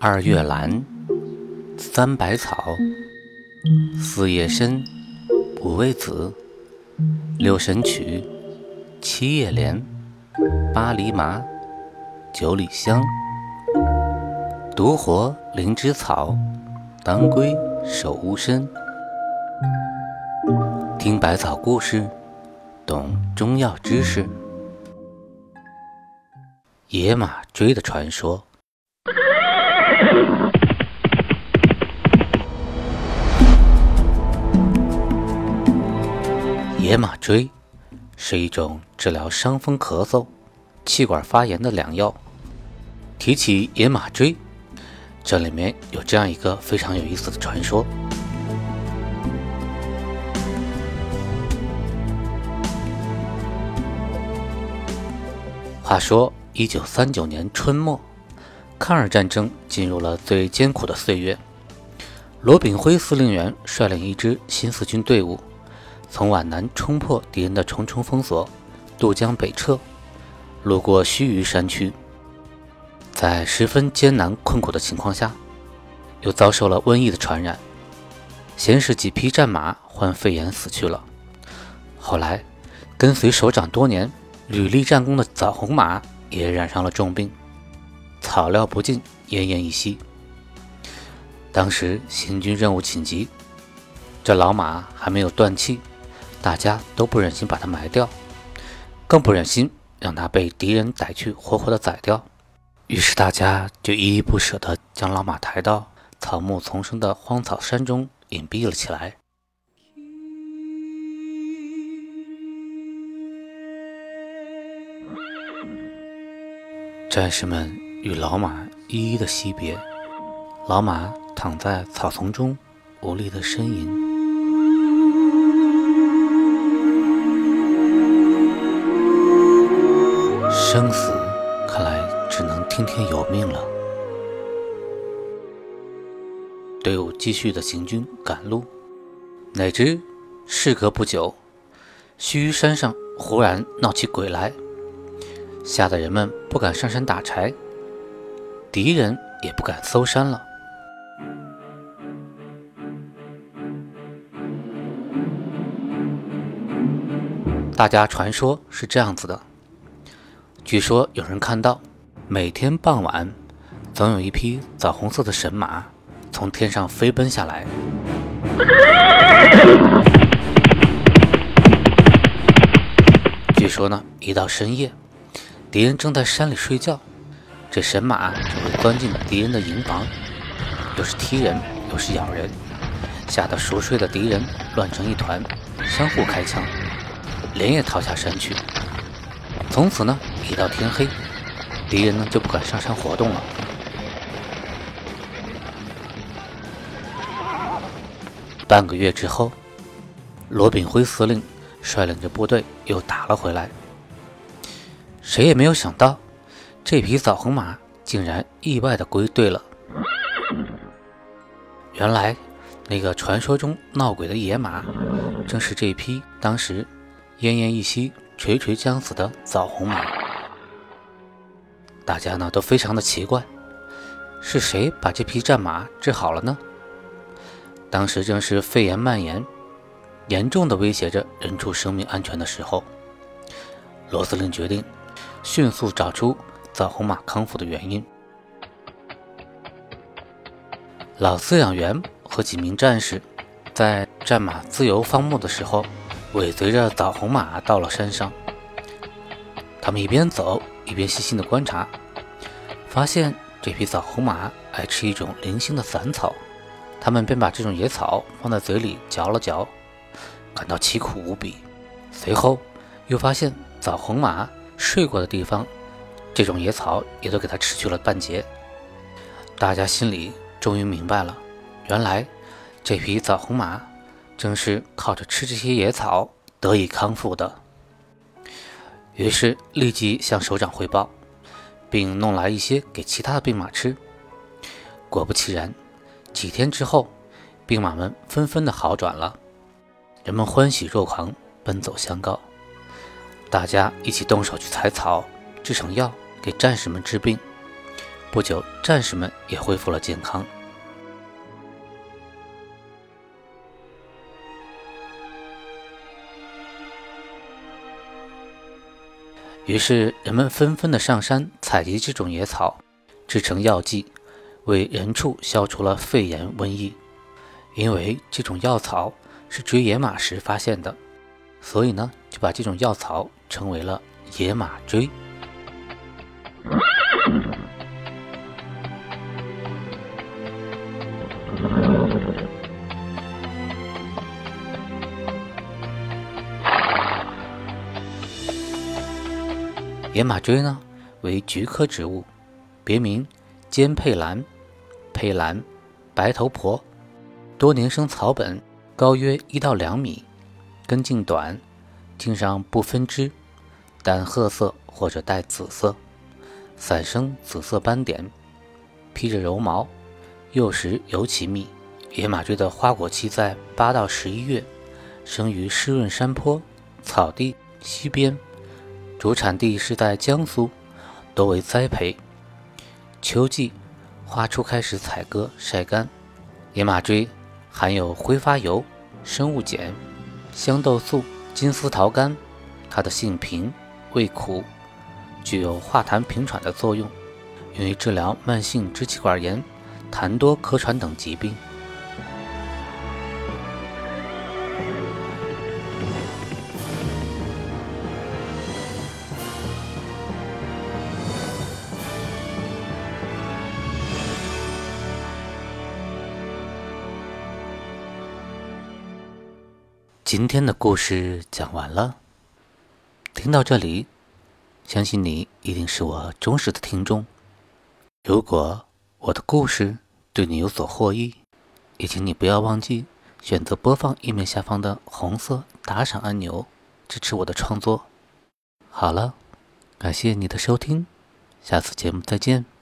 二月兰，三百草，四叶参，五味子，六神曲，七叶莲，八厘麻，九里香，独活灵芝草，当归守乌参。听百草故事，懂中药知识。野马追的传说。野马追是一种治疗伤风咳嗽、气管发炎的良药。提起野马追，这里面有这样一个非常有意思的传说。话说1939年春末，抗日战争进入了最艰苦的岁月。罗炳辉司令员率领一支新四军队伍，从皖南冲破敌人的重重封锁，渡江北撤，路过须臾山区。在十分艰难困苦的情况下，又遭受了瘟疫的传染，先是几匹战马患肺炎死去了，后来跟随首长多年、屡立战功的枣红马也染上了重病，草料不尽，奄奄一息。当时行军任务紧急，这老马还没有断气，大家都不忍心把它埋掉，更不忍心让它被敌人逮去活活的宰掉。于是大家就依依不舍地将老马抬到草木丛生的荒草山中隐蔽了起来。战士们与老马一一的惜别，老马躺在草丛中无力的呻吟。生死看来只能听天由命了。队伍继续的行军赶路，哪知事隔不久，须臾山上忽然闹起鬼来，吓得人们不敢上山打柴，敌人也不敢搜山了。大家传说是这样子的，据说有人看到每天傍晚总有一匹枣红色的神马从天上飞奔下来，据说呢，一到深夜，敌人正在山里睡觉，这神马就会钻进敌人的营房，又是踢人又是咬人，吓得熟睡的敌人乱成一团，相互开枪，连夜逃下山去。从此呢，一到天黑，敌人呢就不敢上山活动了。半个月之后，罗炳辉司令率领着部队又打了回来。谁也没有想到，这匹枣红马竟然意外地归队了。原来那个传说中闹鬼的野马，正是这匹当时奄奄一息、垂垂将死的枣红马。大家呢都非常的奇怪，是谁把这匹战马治好了呢？当时正是肺炎蔓延，严重的威胁着人畜生命安全的时候。罗司令决定迅速找出枣红马康复的原因。老饲养员和几名战士在战马自由放牧的时候，尾随着枣红马到了山上。他们一边走一边细心的观察，发现这匹枣红马爱吃一种零星的散草，他们便把这种野草放在嘴里嚼了嚼，感到奇苦无比。随后又发现枣红马睡过的地方，这种野草也都给它吃去了半截。大家心里终于明白了，原来这匹枣红马正是靠着吃这些野草得以康复的。于是立即向首长汇报，并弄来一些给其他的兵马吃。果不其然，几天之后，兵马们纷纷的好转了，人们欢喜若狂，奔走相告。大家一起动手去采草，制成药给战士们治病。 不久，战士们也恢复了健康。于是人们纷纷的上山采集这种野草，制成药剂，为人畜消除了肺炎瘟疫。因为这种药草是追野马时发现的，所以呢，就把这种药草称为了野马锥。野马锥呢，为菊科植物，别名尖佩兰、佩兰、白头婆，多年生草本，高约1到2米，根茎短，茎上不分枝，淡褐色或者带紫色，散生紫色斑点，披着柔毛，幼时尤其密。野马锥的花果期在8到11月，生于湿润山坡、草地、溪边，主产地是在江苏，多为栽培。秋季花初开时采割晒干。野马锥含有挥发油、生物碱、香豆素、金丝桃苷，它的性平，味苦，具有化痰平喘的作用，用于治疗慢性支气管炎、痰多咳喘等疾病。今天的故事讲完了，听到这里，相信你一定是我忠实的听众。如果我的故事对你有所获益，也请你不要忘记选择播放页面下方的红色打赏按钮，支持我的创作。好了，感谢你的收听，下次节目再见。